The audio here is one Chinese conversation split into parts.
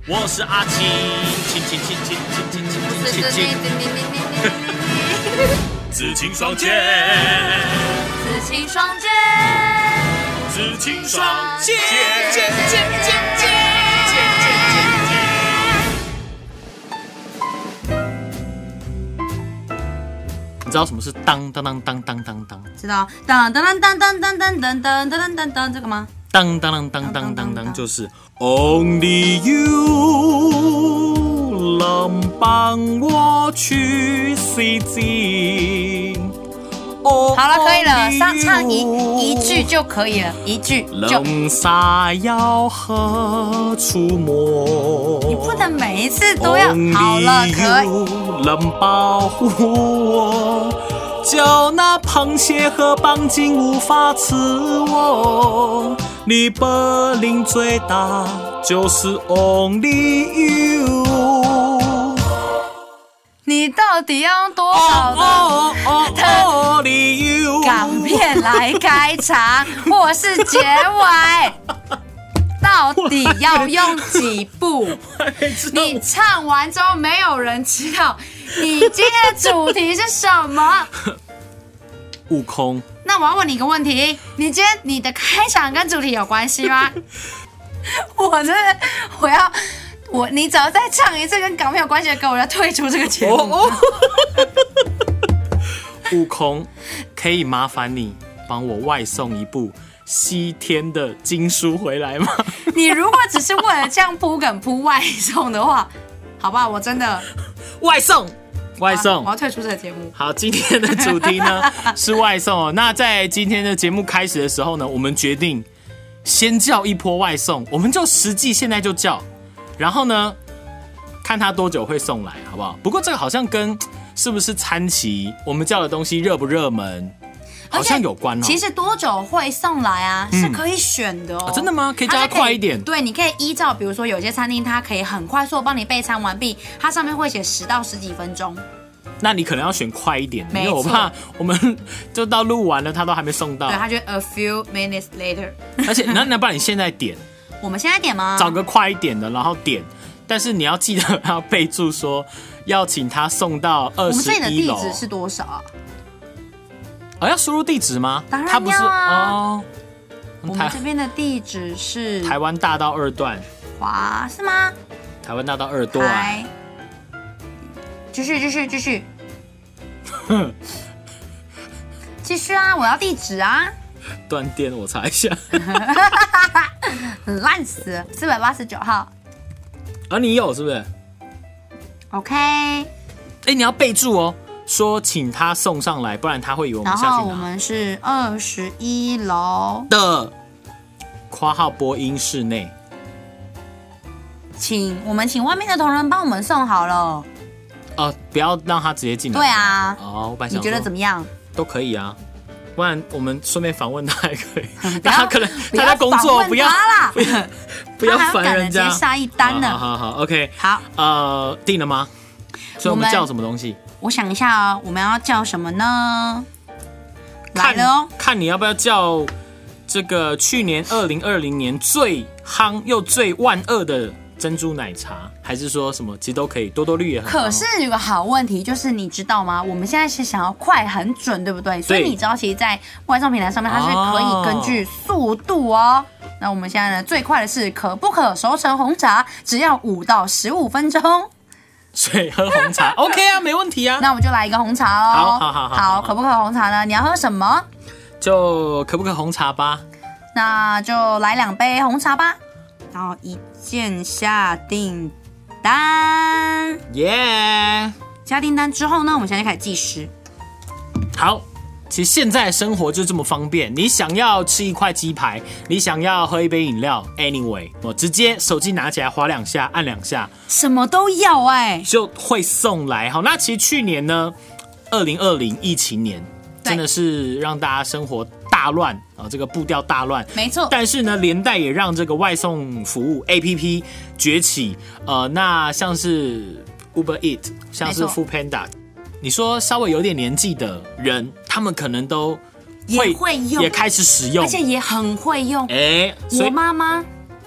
我是阿青，青，紫青双剑， 紫青双剑， 紫青双剑，你知道什么是当当当当当当当？ 知道当当当当当当当当当当当这个吗？ 当当当当当当就是 Only You 能帮我去西京。 好了，可以了，唱一句就可以了，一句就。 冷沙要何处摸？ 你不能每一次都要。好了，可以。 能保护我，叫那螃蟹和绑筋无法吃我。你本领最大就是 Only You。 你到底要用多少的港片来开场，或是结尾？到底要用几部？你唱完之后，没有人知道你今天的主题是什么。 悟空。 那我要问你一个问题：你的开场跟主题有关系吗？你只要再唱一次跟港片有关系的歌，我就退出这个节目。 悟空，可以麻烦你帮我外送一部西天的经书回来吗？ 你如果只是为了这样铺梗铺外送的话，好不好？我真的外送。我要退出这个节目。 好，今天的主题呢是外送哦。那在今天的节目开始的时候呢，我们决定先叫一波外送，我们就实际现在就叫。然后呢，看他多久会送来，好不好？不过这个好像跟是不是餐期，我们叫的东西热不热门，好像有关哦。 其实多久会送来啊，是可以选的哦。 真的吗？可以叫它快一点。 对，你可以依照，比如说有些餐厅它可以很快速帮你备餐完毕，它上面会写10到10几分钟。 那你可能要选快一点，因为我怕我们就到录完了，它都还没送到。 对，它就 a few minutes later。 而且那不然你现在点。 我们现在点吗？ 找个快一点的，然后点，但是你要记得要备注说要请他送到21楼。我们这里的地址是多少啊？ 要输入地址吗？ 当然要啊。 它不是哦。 我们这边的地址是台湾大道2段。 是吗？ 台湾大道2段。 继续。继续啊！我要地址啊！ 断电，我查一下。 烂死了，489号。 你有是不是 ？OK。 你要备注哦，说请他送上来，不然他会以为我们下去拿。 然后我们是21楼的括号播音室内。 我们请外面的同仁帮我们送好了。 不要让他直接进来。 对啊。 我本来想说你觉得怎么样？ 都可以啊。不然我们顺便访问他也可以，他可能他在工作，不要烦人家。 他还要赶着接下一单呢。 好 ，OK， 好， 定了吗？所以我们叫什么东西？ 我想一下哦，我们要叫什么呢？来了哦， 看你要不要叫这个去年2020年最夯又最万恶的珍珠奶茶，还是说什么其实都可以，多多绿也很好。 可是有个好问题，就是你知道吗？我们现在是想要快很准，对不对？所以你知道，其实，在外送平台上面，它是可以根据速度哦。那我们现在呢，最快的是可不可熟成红茶，只要5到15分钟。 所以喝红茶，OK 啊，没问题啊。 那我们就来一个红茶哦。 好， 可不可红茶呢？你要喝什么？ 就可不可红茶吧。 那就来2杯红茶吧。然后一键下订单，下订单之后呢，我们现在就开始计时。 好，其实现在生活就这么方便，你想要吃一块鸡排，你想要喝一杯饮料 ，anyway， 我直接手机拿起来滑2下，按2下， 什么都要就会送来。好，那其实去年呢，2020疫情年，真的是让大家生活大乱啊，这个步调大乱， 没错。 但是呢，连带也让这个外送服务 APP 崛起。那像是 Uber Eat， 像是 Foodpanda， 你说稍微有点年纪的人，他们可能都会用， 也开始使用， 而且也很会用。 我妈妈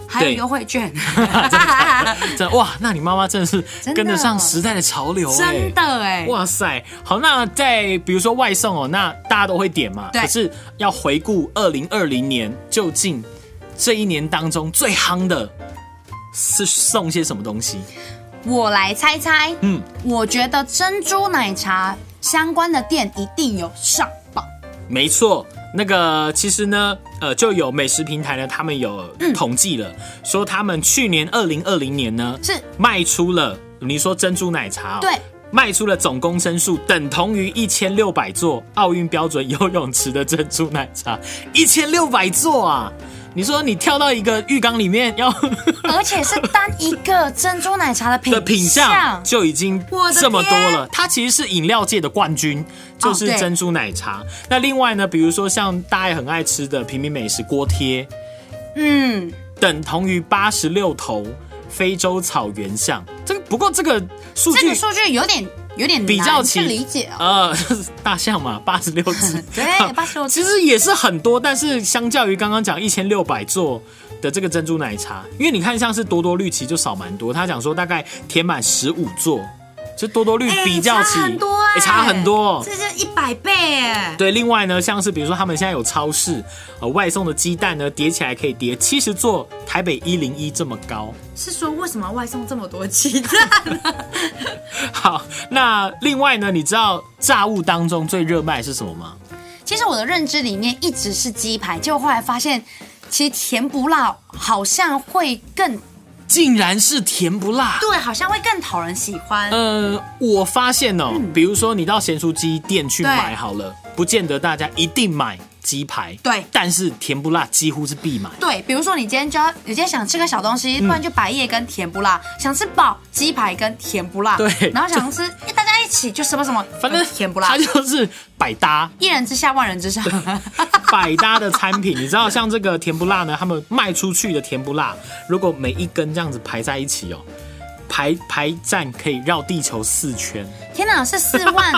还有优惠券， 真哇，那你妈妈真的是跟得上时代的潮流真的哎， 哇塞！好，那在比如说外送哦，那大家都会点嘛，可是要回顾2020年，究竟这一年当中最夯的是送些什么东西？ 我来猜猜，我觉得珍珠奶茶相关的店一定有上榜。 没错，那个其实呢，就有美食平台呢，他们有统计了，说他们去年2020年呢是卖出了，你说珍珠奶茶、 对。 卖出了总公升数等同于1600座奥运标准游泳池的珍珠奶茶，1600座啊！你说你跳到一个浴缸里面要， 而且是单一个珍珠奶茶的品相就已经这么多了。它其实是饮料界的冠军，就是珍珠奶茶。那另外呢，比如说像大家很爱吃的平民美食锅贴，等同于86头非洲草原象。不过这个数据有点比较难去理解大象嘛，86只， 对，86只， 其实也是很多，但是相较于刚刚讲1600座的这个珍珠奶茶，因为你看像是多多绿其实就少蛮多，他讲说大概填满15座。就多多绿比较起，差很多， 这是100倍哎。 对，另外呢，像是比如说他们现在有超市，外送的鸡蛋呢，叠起来可以叠70座台北101这么高。 是说为什么外送这么多鸡蛋呢？ 好，那另外呢，你知道炸物当中最热卖是什么吗？ 其实我的认知里面一直是鸡排，结果后来发现，其实甜不辣好像会更。 竟然是甜不辣， 对，好像会更讨人喜欢。 我发现哦，比如说你到咸酥鸡店去买好了，不见得大家一定买鸡排， 对， 但是甜不辣几乎是必买。 对，比如说你今天想吃个小东西，不然就百叶跟甜不辣；想吃饱鸡排跟甜不辣， 对， 然后想吃大家一起就什么什么， 反正甜不辣， 它就是百搭， 一人之下万人之上， 百搭的产品。你知道像这个甜不辣呢，他们卖出去的甜不辣，如果每一根这样子排在一起哦，排站可以绕地球4圈。 天哪，是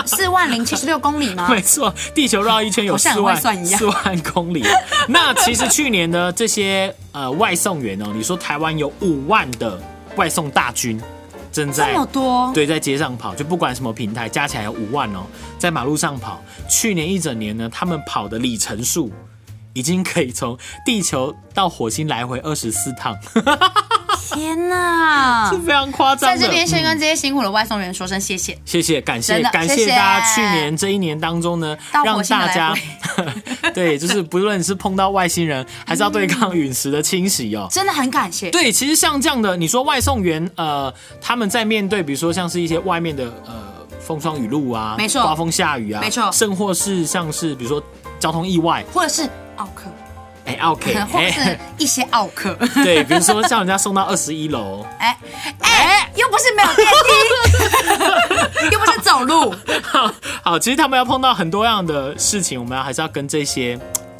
40076公里吗？ 没错，地球绕一圈有4万公里。那其实去年呢，这些外送员哦，你说台湾有5万的外送大军。正在这么多， 对，在街上跑，就不管什么平台，加起来有5万哦，在马路上跑。去年一整年呢，他们跑的里程数已经可以从地球到火星来回24趟。 天哪， 是非常夸张的。 在这边先跟这些辛苦的外送员说声谢谢， 谢谢，感谢大家去年这一年当中呢，让大家对，就是不论是碰到外星人，还是要对抗陨石的侵袭哦， 真的很感谢。 对，其实像这样的，你说外送员，他们在面对比如说像是一些外面的风霜雨露啊， 没错， 刮风下雨啊， 没错， 甚或是像是比如说交通意外， 或者是奥客。 奥客， 或是一些奥客， 对，比如说像人家送到21楼， 又不是没有电梯，又不是走路。 好，其实他们要碰到很多样的事情，我们还是要跟这些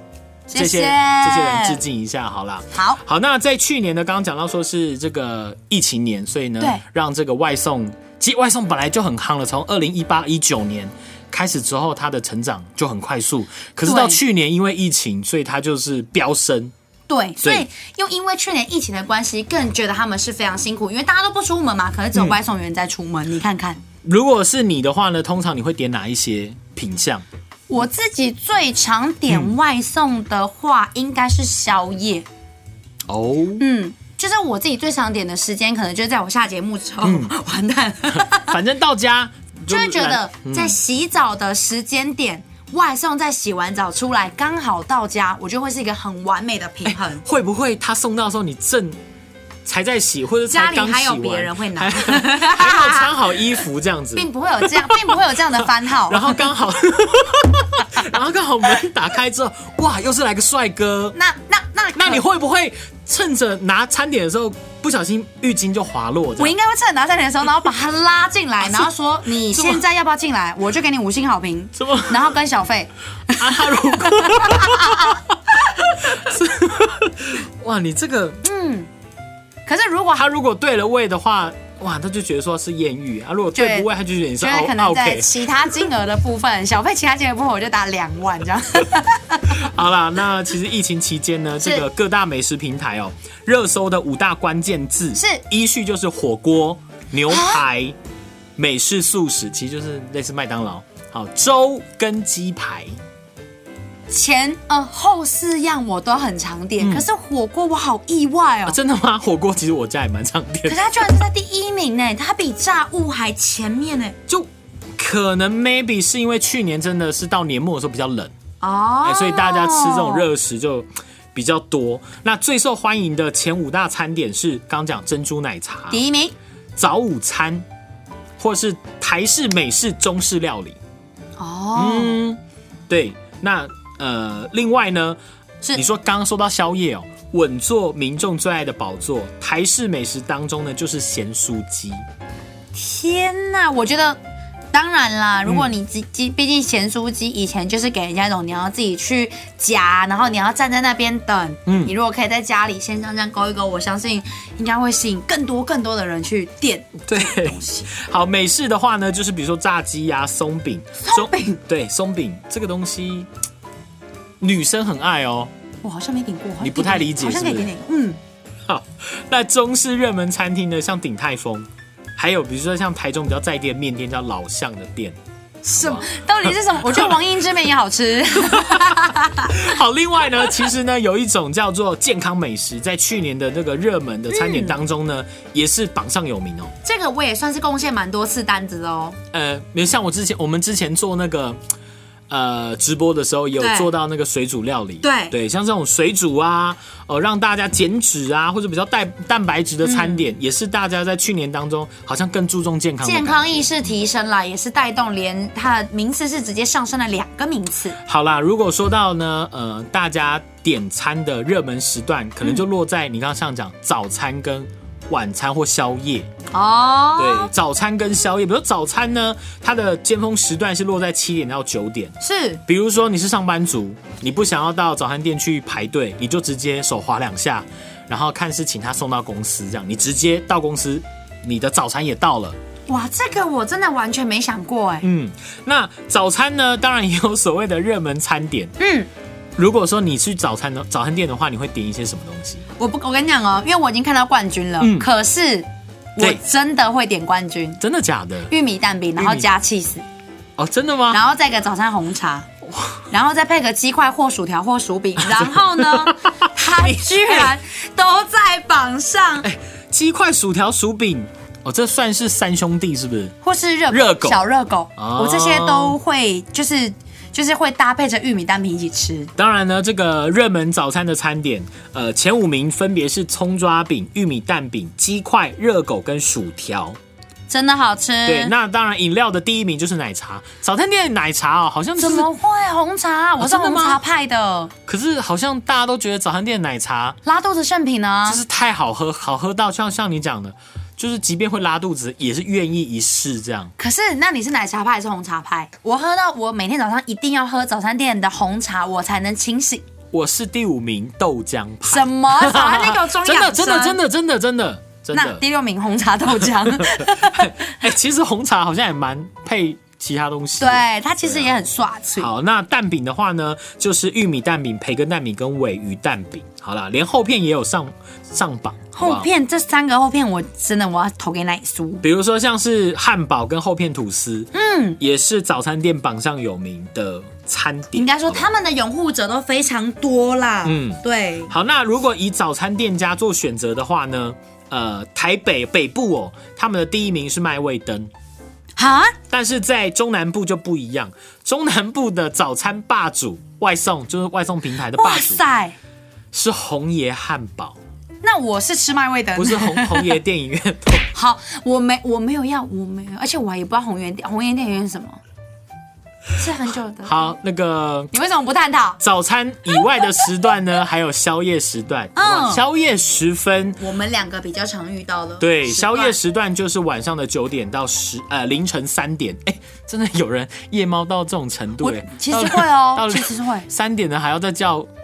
人致敬一下，好啦。好，那在去年呢，刚刚讲到说是这个疫情年，所以呢，让这个外送，其实外送本来就很夯了，从2018、19年。开始之后，它的成长就很快速。可是到去年，因为疫情，所以它就是飙升。 对，所以又因为去年疫情的关系，更觉得他们是非常辛苦，因为大家都不出门嘛，可是只有外送员在出门。你看看， 如果是你的话呢，通常你会点哪一些品项？ 我自己最常点外送的话，应该是宵夜。 哦， 就是我自己最常点的时间，可能就是在我下节目之后，完蛋。 反正到家。 就会觉得在洗澡的时间点，外送在洗完澡出来，刚好到家，我觉得会是一个很完美的平衡。 会不会他送到的时候你正才在洗，或者才刚洗完， 家里还有别人会拿， 还没有穿好衣服这样子， 并不会有这样的番号。 然后刚好门打开之后，哇，又是来个帅哥。那你会不会趁着拿餐点的时候不小心浴巾就滑落？ 我应该会趁着拿餐点的时候，然后把他拉进来，然后说你现在要不要进来？我就给你5星好评，然后跟小费。 他如果哇，你这个可是如果他如果对了位的话， 哇，他就觉得说是艳遇啊。如果对不位，他就觉得你是觉得可能在其他金额的部分，小费其他金额部分我就打2万这样。 好啦，那其实疫情期间呢，这个各大美食平台哦，热搜的5大关键字是依序就是火锅、牛排、美式素食，其实就是类似麦当劳。好，粥跟鸡排。 后4样我都很常点，可是火锅我好意外哦。 真的吗？火锅其实我家也蛮常点， 可是它居然是在第1名呢，它比炸物还前面呢。 就可能 maybe 是因为去年真的是到年末的时候比较冷哦， 所以大家吃这种热食就比较多。那最受欢迎的前5大餐点是刚讲珍珠奶茶第1名， 早午餐，或是台式、美式、中式料理。对，那另外呢，你说刚刚说到宵夜哦，稳坐民众最爱的宝座，台式美食当中呢就是咸酥鸡。 天哪，我觉得当然啦，如果你毕竟咸酥鸡以前就是给人家一种你要自己去夹，然后你要站在那边等。你如果可以在家里先这样勾一勾，我相信应该会吸引更多的人去点这个东西。 好，美式的话呢，就是比如说炸鸡啊、松饼，对，松饼这个东西。女生很爱哦， 我好像没点过， 你不太理解， 好像可以点点。 好，那中式热门餐厅呢，像鼎泰丰，还有比如说像台中比较在地的面店叫老巷的店， 什么？到底是什么？我觉得王英之面也好吃。 好，另外呢，其实呢有一种叫做健康美食，在去年的这个热门的餐点当中呢，也是榜上有名哦。 这个我也算是贡献蛮多次单子的哦。 像我们之前做那个。直播的时候也有做到那个水煮料理，对，像这种水煮啊，让大家减脂啊，或者比较蛋白质的餐点，也是大家在去年当中好像更注重健康意识提升啦，也是带动连它的名次是直接上升了2个名次。 好啦，如果说到呢，大家点餐的热门时段，可能就落在你刚刚像讲早餐跟晚餐或宵夜哦， 对，早餐跟宵夜，比如早餐呢，它的尖峰时段是落在7点到9点， 是。 比如说你是上班族，你不想要到早餐店去排队，你就直接手滑2下，然后看是请他送到公司，这样你直接到公司，你的早餐也到了。 哇，这个我真的完全没想过哎。 那早餐呢，当然也有所谓的热门餐点。如果说你去早餐店的话，你会点一些什么东西？ 我跟你讲哦，因为我已经看到冠军了，可是我真的会点冠军。 真的假的？ 玉米蛋饼，然后加起司。 哦，真的吗？ 然后再个早餐红茶，然后再配个鸡块或薯条或薯饼，然后呢，它居然都在榜上。 鸡块、薯条、薯饼，这算是3兄弟是不是？或是热狗、小热狗，我这些都会就是会搭配着玉米蛋饼一起吃。 当然呢，这个热门早餐的餐点，前5名分别是葱抓饼、玉米蛋饼、鸡块、热狗跟薯条， 真的好吃。 对，那当然饮料的第1名就是奶茶。早餐店的奶茶哦，好像怎么会红茶？我是红茶派的。 可是好像大家都觉得早餐店的奶茶拉肚子圣品啊， 就是太好喝，好喝到像你讲的。就是即便会拉肚子，也是愿意一试这样。 可是，那你是奶茶派还是红茶派？我每天早上一定要喝早餐店的红茶，我才能清醒。 我是第5名豆浆派。 什么？早餐店给我中养生？ 真的。 那第6名红茶豆浆。 其实红茶好像也蛮配其他东西。 对，它其实也很刷脆。 好，那蛋饼的话呢，就是玉米蛋饼、培根蛋饼跟鲔鱼蛋饼。好啦，连厚片也有上榜。 厚片这3个厚片，我要投给奶酥。 比如说像是汉堡跟厚片吐司，也是早餐店榜上有名的餐点。 应该说他们的拥护者都非常多啦。对。 好，那如果以早餐店家做选择的话呢，台北部哦，他们的第1名是麦味登。但是在中南部就不一样，中南部的早餐霸主外送，就是外送平台的霸主，是红爷汉堡。 那我是吃麦味登， 不是红爷电影院。 好，我没有，而且我也不知道红爷电影院是什么，是很久的。 好，那个你为什么不探讨早餐以外的时段呢？还有宵夜时段。宵夜时分， 我们2个比较常遇到的。 对，宵夜时段就是晚上的9点到凌晨3点。真的有人夜猫到这种程度？ 其实会哦，其实会 3点的还要再叫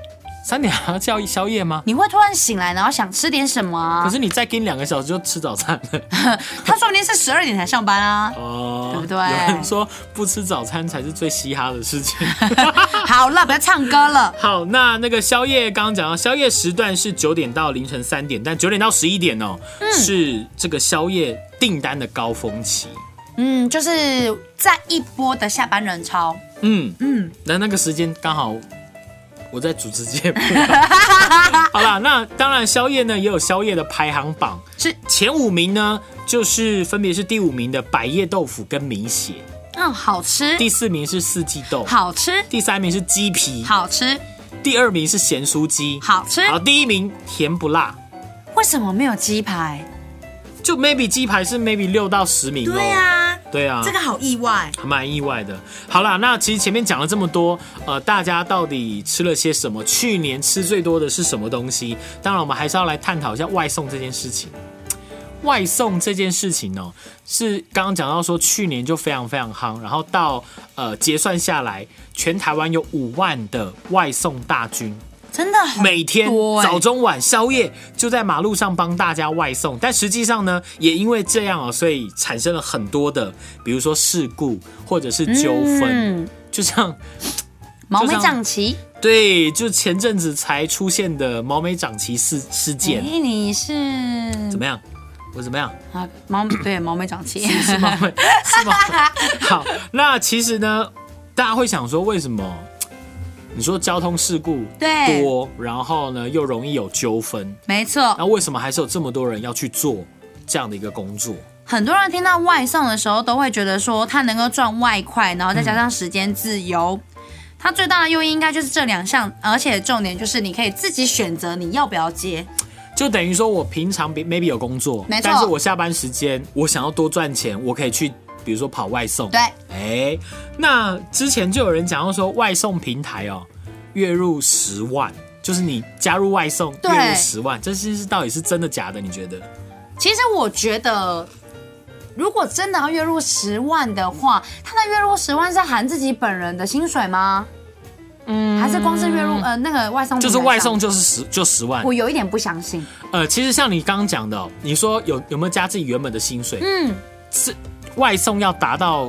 3点还要叫宵夜吗？ 你会突然醒来，然后想吃点什么啊？ 可是你再给你2个小时就吃早餐了。 他说不定是12点才上班啊，对不对？ 有人说不吃早餐才是最嘻哈的事情。 好了，不要唱歌了。 好，那个宵夜刚刚讲到，宵夜时段是9点到凌晨3点，但9点到11点哦，是这个宵夜订单的高峰期。 就是在一波的下班人潮。 那个时间刚好我在主持节目。好啦，那当然宵夜呢也有宵夜的排行榜， 是前5名呢，就是分别是第5名的百叶豆腐跟米血， 好吃。 第4名是四季豆， 好吃。 第3名是鸡皮， 好吃。 第2名是咸酥鸡， 好吃。 好，第1名甜不辣。 为什么没有鸡排？ 就 maybe 鸡排是 maybe6到10名哦。对啊， 这个好意外， 蛮意外的。好啦，那其实前面讲了这么多，大家到底吃了些什么？去年吃最多的是什么东西？当然，我们还是要来探讨一下外送这件事情。外送这件事情哦，是刚刚讲到说去年就非常非常夯，然后到结算下来，全台湾有5万的外送大军。 真的很多每天早中晚宵夜就在马路上帮大家外送，但实际上呢，也因为这样所以产生了很多的，比如说事故或者是纠纷，就像毛眉长齐。 对，就前阵子才出现的毛眉长齐事件。 你是怎么样？我怎么样？ 对，毛眉长齐是毛眉，是毛眉。好，那其实呢，大家会想说，为什么？你说交通事故多，然后呢又容易有纠纷， 没错。 那为什么还是有这么多人要去做这样的一个工作？ 很多人听到外送的时候，都会觉得说他能够赚外快，然后再加上时间自由。它最大的诱因应该就是这2项，而且重点就是你可以自己选择你要不要接。 就等于说我平常 maybe 有工作， 没错， 但是我下班时间我想要多赚钱，我可以去。比如说跑外送， 对， 那之前就有人讲到说外送平台月入10万，就是你加入外送月入10万，这是到底是真的假的？你觉得？ 其实我觉得，如果真的要月入10万的话，他的月入10万是含自己本人的薪水吗？还是光是月入那个外送就是外送就10万？ 我有一点不相信。 其实像你刚刚讲的，你说有没有加自己原本的薪水？是。外送要达到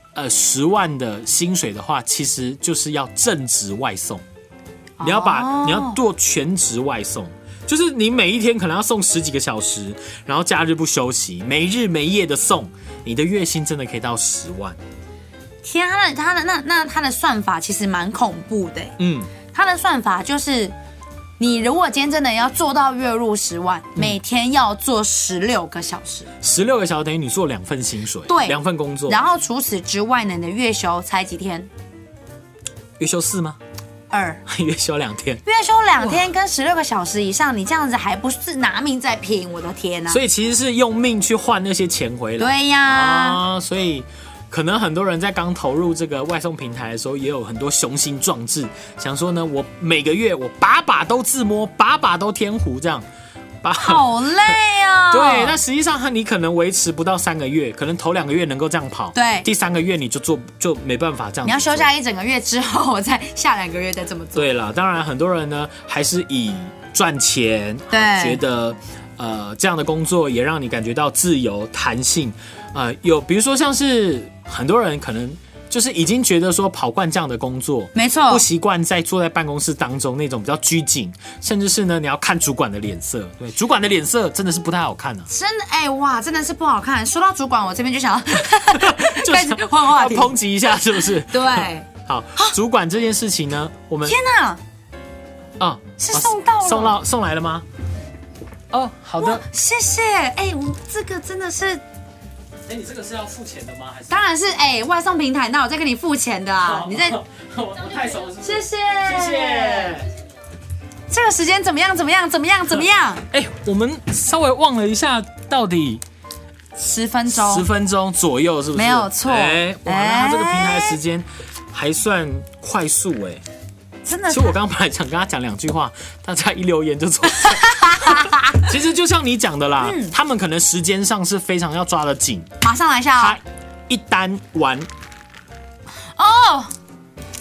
10万的薪水的话，其实就是要正职外送，你要做全职外送，就是你每一天可能要送10几个小时，然后假日不休息，没日没夜的送，你的月薪真的可以到10万。 天啊，他的算法其实蛮恐怖的。他的算法就是。你如果今天真的要做到月入10万，每天要做16个小时，16 个小时等于你做2份薪水， 对 ，2份工作。 然后除此之外呢，你的月休才几天？ 月休4吗 ？2。 月休2天。 月休2天跟16个小时以上，你这样子还不是拿命在拼？我的天啊！ 所以其实是用命去换那些钱回来。 对呀。 所以。可能很多人在刚投入这个外送平台的时候，也有很多雄心壮志，想说呢，我每个月我把把都自摸，把把都天胡这样， 好累啊！ 对，那实际上你可能维持不到3个月，可能头2个月能够这样跑， 对， 第3个月你就没办法这样。 你要休假1整个月之后，我再下2个月再这么做。 对了，当然很多人呢还是以赚钱， 对， 觉得这样的工作也让你感觉到自由弹性。有比如说像是很多人可能就是已经觉得说跑惯这样的工作， 没错， 不习惯在坐在办公室当中那种比较拘谨，甚至是呢你要看主管的脸色，对，主管的脸色真的是不太好看啊， 真的哇，真的是不好看。说到主管，我这边就想要开始换话题， 抨击一下，是不是？ 对， 好，主管这件事情呢，我们天哪，是送到了， 送来了吗？好的， 谢谢。我这个真的是。 你这个是要付钱的吗？还是？ 当然是外送平台，那我在跟你付钱的啊！你在我太熟了，是不是？ 谢谢。这个时间怎么样？ 我们稍微望了一下，到底 10分钟，10 分钟左右，是不是？ 没有错。 那它这个平台的时间还算快速真的。 其实我刚刚本来想跟他讲2句话，大家一留言就走。其实就像你讲的啦，他们可能时间上是非常要抓得紧， 马上来一下他一单完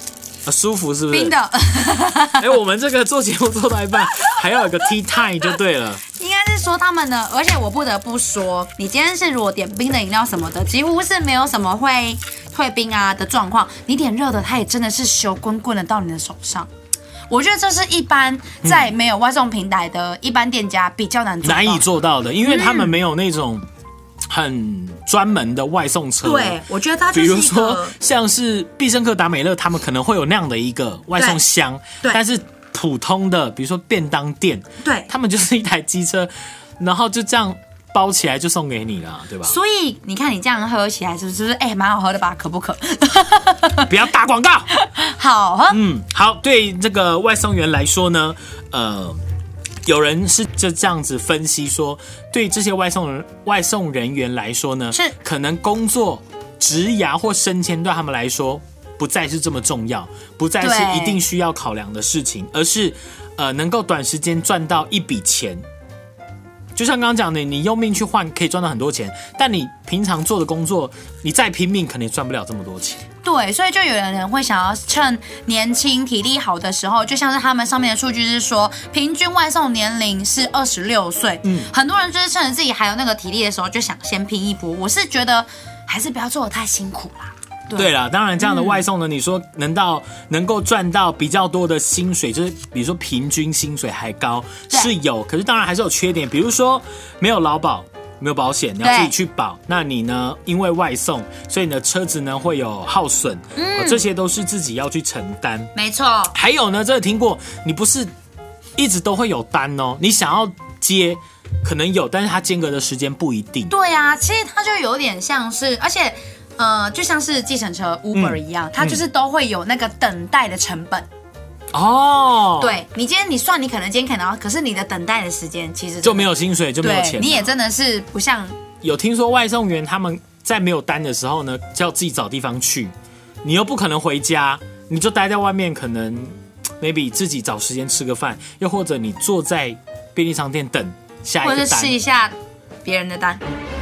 舒服是不是？ 冰的。 我们这个做节目做到一半，还要有个 tea time 就对了。 应该是说他们呢，而且我不得不说，你今天是如果点冰的饮料什么的，几乎是没有什么会退冰啊的状况。你点热的，它也真的是咻滚滚的到你的手上。我觉得这是一般在没有外送平台的一般店家比较难做到的，因为他们没有那种很专门的外送车。 对，我觉得它就是一个， 比如说像是必胜客、达美乐，他们可能会有那样的一个外送箱，但是普通的，比如说便当店， 对， 他们就是一台机车，然后就这样包起来就送给你了，对吧？ 所以你看你这样喝起来是不是蛮好喝的吧？可不可？ 不要打广告。 好喝。 好，对这个外送员来说呢，有人是就这样子分析说，对这些外送人员来说呢，是可能工作、职涯或升迁对他们来说不再是这么重要，不再是一定需要考量的事情，而是能够短时间赚到一笔钱。就像刚刚讲的，你用命去换可以赚到很多钱，但你平常做的工作，你再拼命可能也赚不了这么多钱。 对，所以就有人会想要趁年轻体力好的时候，就像是他们上面的数据是说，平均外送年龄是26岁。很多人就是趁着自己还有那个体力的时候，就想先拼一波。我是觉得还是不要做得太辛苦啦。 对啦，当然这样的外送呢，你说能够赚到比较多的薪水，就是比如说平均薪水还高是有，可是当然还是有缺点，比如说没有劳保。没有保险，你要自己去保。那你呢？因为外送，所以你的车子呢会有耗损，这些都是自己要去承担。 没错。 还有呢，这个听过，你不是一直都会有单哦，你想要接可能有，但是它间隔的时间不一定。 对啊，其实它就有点像是，而且就像是计程车 Uber 一样，它就是都会有那个等待的成本。对，你今天你算，你可能今天可能，可是你的等待的时间其实就没有薪水，就没有钱。 你也真的是不像有听说外送员他们在没有单的时候呢，就要自己找地方去，你又不可能回家，你就待在外面，可能 maybe 自己找时间吃个饭，又或者你坐在便利商店等下一个单， 或者试一下别人的单。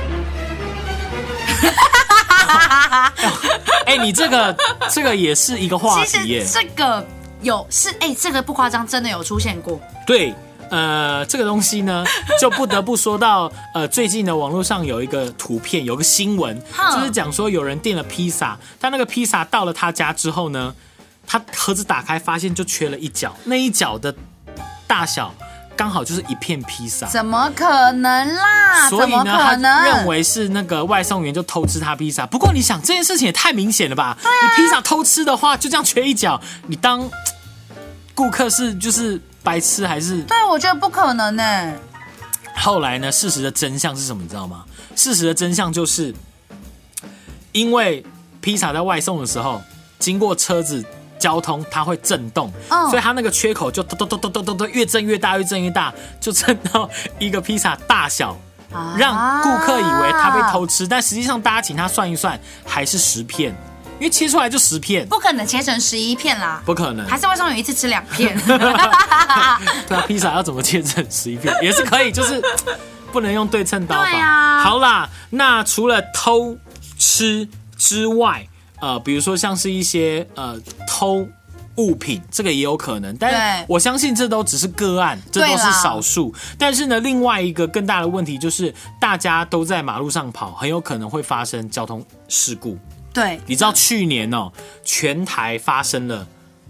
你这个也是一个话题耶。 其实这个这个不夸张，真的有出现过。 对，这个东西呢，就不得不说到最近的网络上有一个图片，有个新闻，就是讲说有人订了披萨，但那个披萨到了他家之后呢，他盒子打开发现就缺了一角，那一角的大小刚好就是一片披萨。 怎么可能啦？ 所以呢，他认为是那个外送员就偷吃他披萨。不过你想，这件事情也太明显了吧？你披萨偷吃的话，就这样缺一角，你当顾客就是白痴还是？ 对，我觉得不可能呢。 后来呢，事实的真相是什么？你知道吗？事实的真相就是，因为披萨在外送的时候，经过车子交通，它会震动，所以它那个缺口就咚越震越大，越震越大，就震到一个披萨大小，让顾客以为他被偷吃，但实际上大家请他算一算，还是10片。因为切出来就10片， 不可能切成11片啦， 不可能， 还是外送员一次吃2片。 对啊，披萨要怎么切成11片也是可以，就是不能用对称刀法。 对啊， 好啦，那除了偷吃之外，比如说像是一些偷物品，这个也有可能，但我相信这都只是个案，这都是少数。但是呢，另外一个更大的问题就是，大家都在马路上跑，很有可能会发生交通事故。 对， 你知道去年全台发生了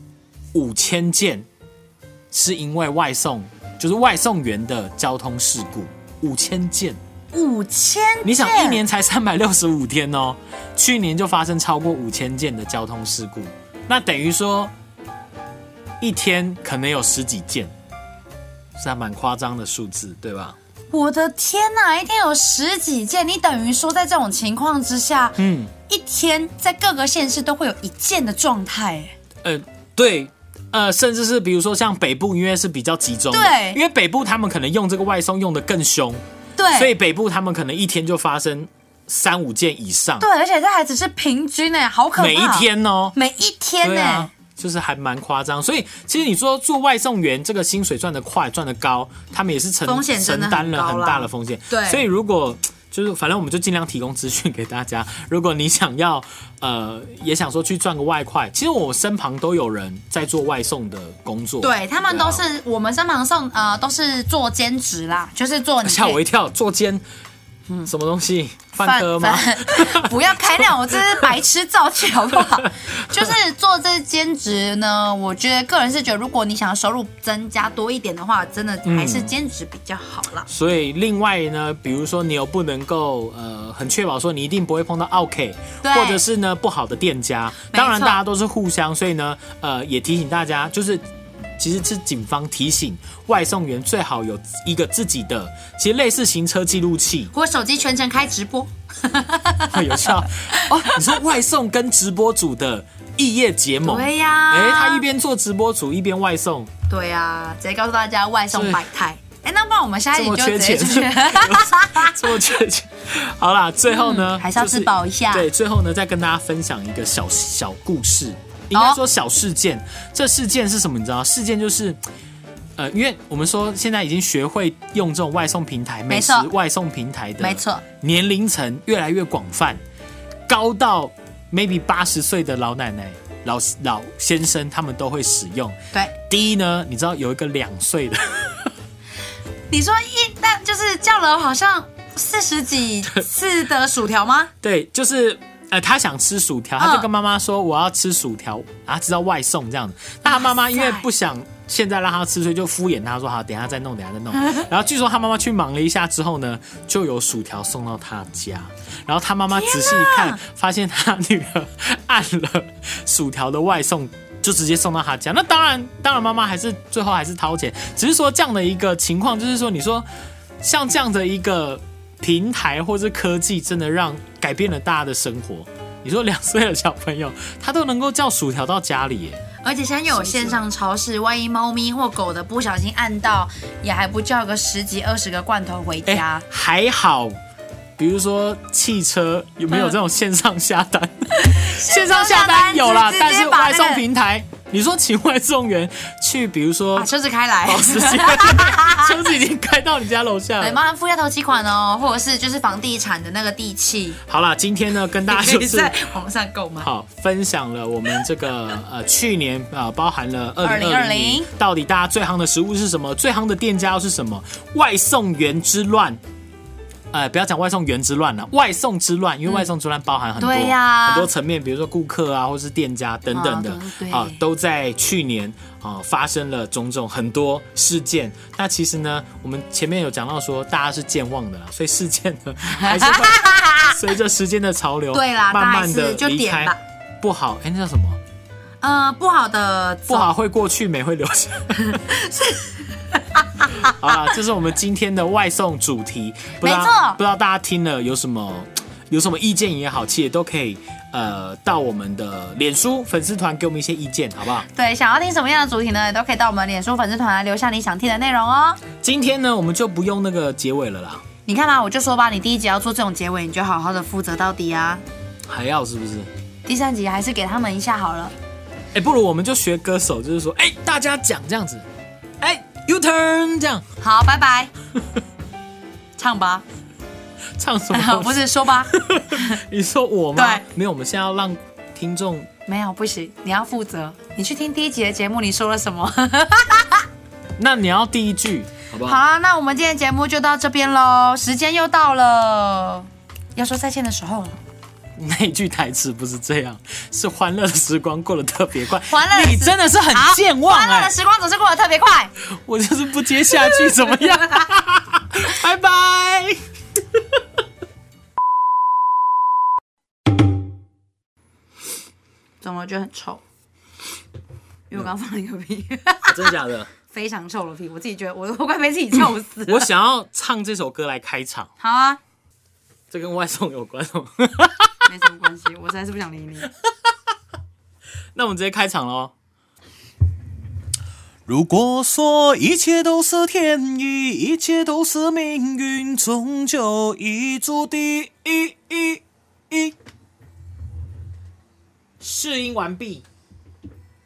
5000件，是因为外送员的交通事故，5000件。 5000件， 你想一年才365天哦，去年就发生超过5000件的交通事故，那等于说一天可能有10几件，是还蛮夸张的数字，对吧？ 我的天哪，一天有10几件，你等于说在这种情况之下，一天在各个县市都会有1件的状态。 对，甚至是比如说像北部，因为是比较集中的， 对， 因为北部他们可能用这个外送用得更凶，对，所以北部他们可能一天就发生3、5件以上。 对，而且这还只是平均好可怕。 每一天哦， 每一天就是还蛮夸张，所以其实你说做外送员这个薪水赚得快赚得高，他们也是承担了很大的风险。 对， 所以如果就是反正我们就尽量提供资讯给大家。如果你想要也想说去赚个外快，其实我身旁都有人在做外送的工作。 对，他们都是我们身旁都是做兼职啦，就是做吓我一跳，做兼。什么东西？饭科吗？ 不要开那种，这是白痴造句好不好？就是做这兼职呢，我觉得个人是觉得，如果你想要收入增加多一点的话，真的还是兼职比较好啦。 所以另外呢，比如说你又不能够很确保说你一定不会碰到 OK， 或者是呢不好的店家，当然大家都是互相，所以呢也提醒大家，就是其实是警方提醒外送员最好有一个自己的，其实类似行车记录器， 或手机全程开直播， 有效哦。你说外送跟直播主的异业结盟， 对呀， 他一边做直播主一边外送， 对呀，直接告诉大家外送百态。那不然我们下一集就直接出去， 这么缺钱。好啦，最后呢， 还是要自保一下。 对，最后呢，再跟大家分享一个小故事。应该说小事件，这事件是什么？你知道？事件就是，因为我们说现在已经学会用这种外送平台、美食外送平台的， 没错， 年龄层越来越广泛，高到 maybe 80岁的老奶奶、老先生他们都会使用。 对， 第一呢，你知道有一个2岁的， 你说那就是叫了好像40几次的薯条吗？ 对，就是。他想吃薯条，他就跟妈妈说我要吃薯条，然后知道外送这样子。那他妈妈因为不想现在让他吃，所以就敷衍他说好，等一下再弄，等一下再弄。然后据说他妈妈去忙了一下之后呢，就有薯条送到他家。然后他妈妈仔细一看，发现他女儿按了薯条的外送，就直接送到他家。那当然妈妈最后还是掏钱，只是说这样的一个情况，就是说你说像这样的一个平台或者科技，真的让改变了大家的生活。你说2岁的小朋友，他都能够叫薯条到家里耶， 而且现在又有线上超市，万一猫咪或狗的不小心按到，也还不叫个10几20个罐头回家。 还好，比如说汽车有没有这种线上下单？线上下单有啦，但是外送平台。你说请外送员去，比如说把车子开来， 保时捷，车子已经开到你家楼下了， 对，麻烦付一下头期款哦，或者是就是房地产的那个地契。 好啦，今天呢跟大家就是在网上购买， 好分享了我们这个去年包含了2020到底大家最夯的食物是什么，最夯的店家又是什么，外送员之乱。不要讲外送员之乱了，外送之乱，因为外送之乱包含很多、很多层面，比如说顾客啊，或是店家等等的都在去年发生了种种很多事件。那其实呢，我们前面有讲到说，大家是健忘的啦，所以事件呢还是会随着时间的潮流， 对啦， 慢慢的离开。不好，那叫什么？ 不好的， 不好会过去，美会留下。好啦，这是我们今天的外送主题。 没错， 不知道大家听了有什么意见也好，其实也都可以到我们的脸书粉丝团给我们一些意见，好不好？ 对，想要听什么样的主题呢，也都可以到我们脸书粉丝团来留下你想听的内容哦。 今天呢，我们就不用那个结尾了啦。 你看嘛，我就说吧，你第1集要做这种结尾，你就好好的负责到底啊。 还要是不是？ 第3集还是给他们一下好了。 不如我们就学歌手，就是说，大家讲这样子，U turn 这样。 好，拜拜。唱吧。 唱什么？ 不是说吧。 你说我吗？ 对， 没有，我们现在要让听众。 没有，不行，你要负责。你去听第1集的节目，你说了什么？ 那你要第1句，好不好？ 好啊，那我们今天的节目就到这边喽，时间又到了，要说再见的时候了。 那一句台词不是这样，是欢乐的时光过得特别快。 你真的是很健忘欢乐的时光总是过得特别快。 我就是不接下去怎么样？拜拜。 怎么觉得很臭？因为我刚放了一个屁。 真的假的？ 非常臭的屁，我自己觉得我快被自己臭死了。 我想要唱这首歌来开场。 好啊。 这跟外送有关哦。 没什么关系，我实在是不想理你。 那我们直接开场咯。如果说一切都是天意，一切都是命运，终究已注定。试音完毕。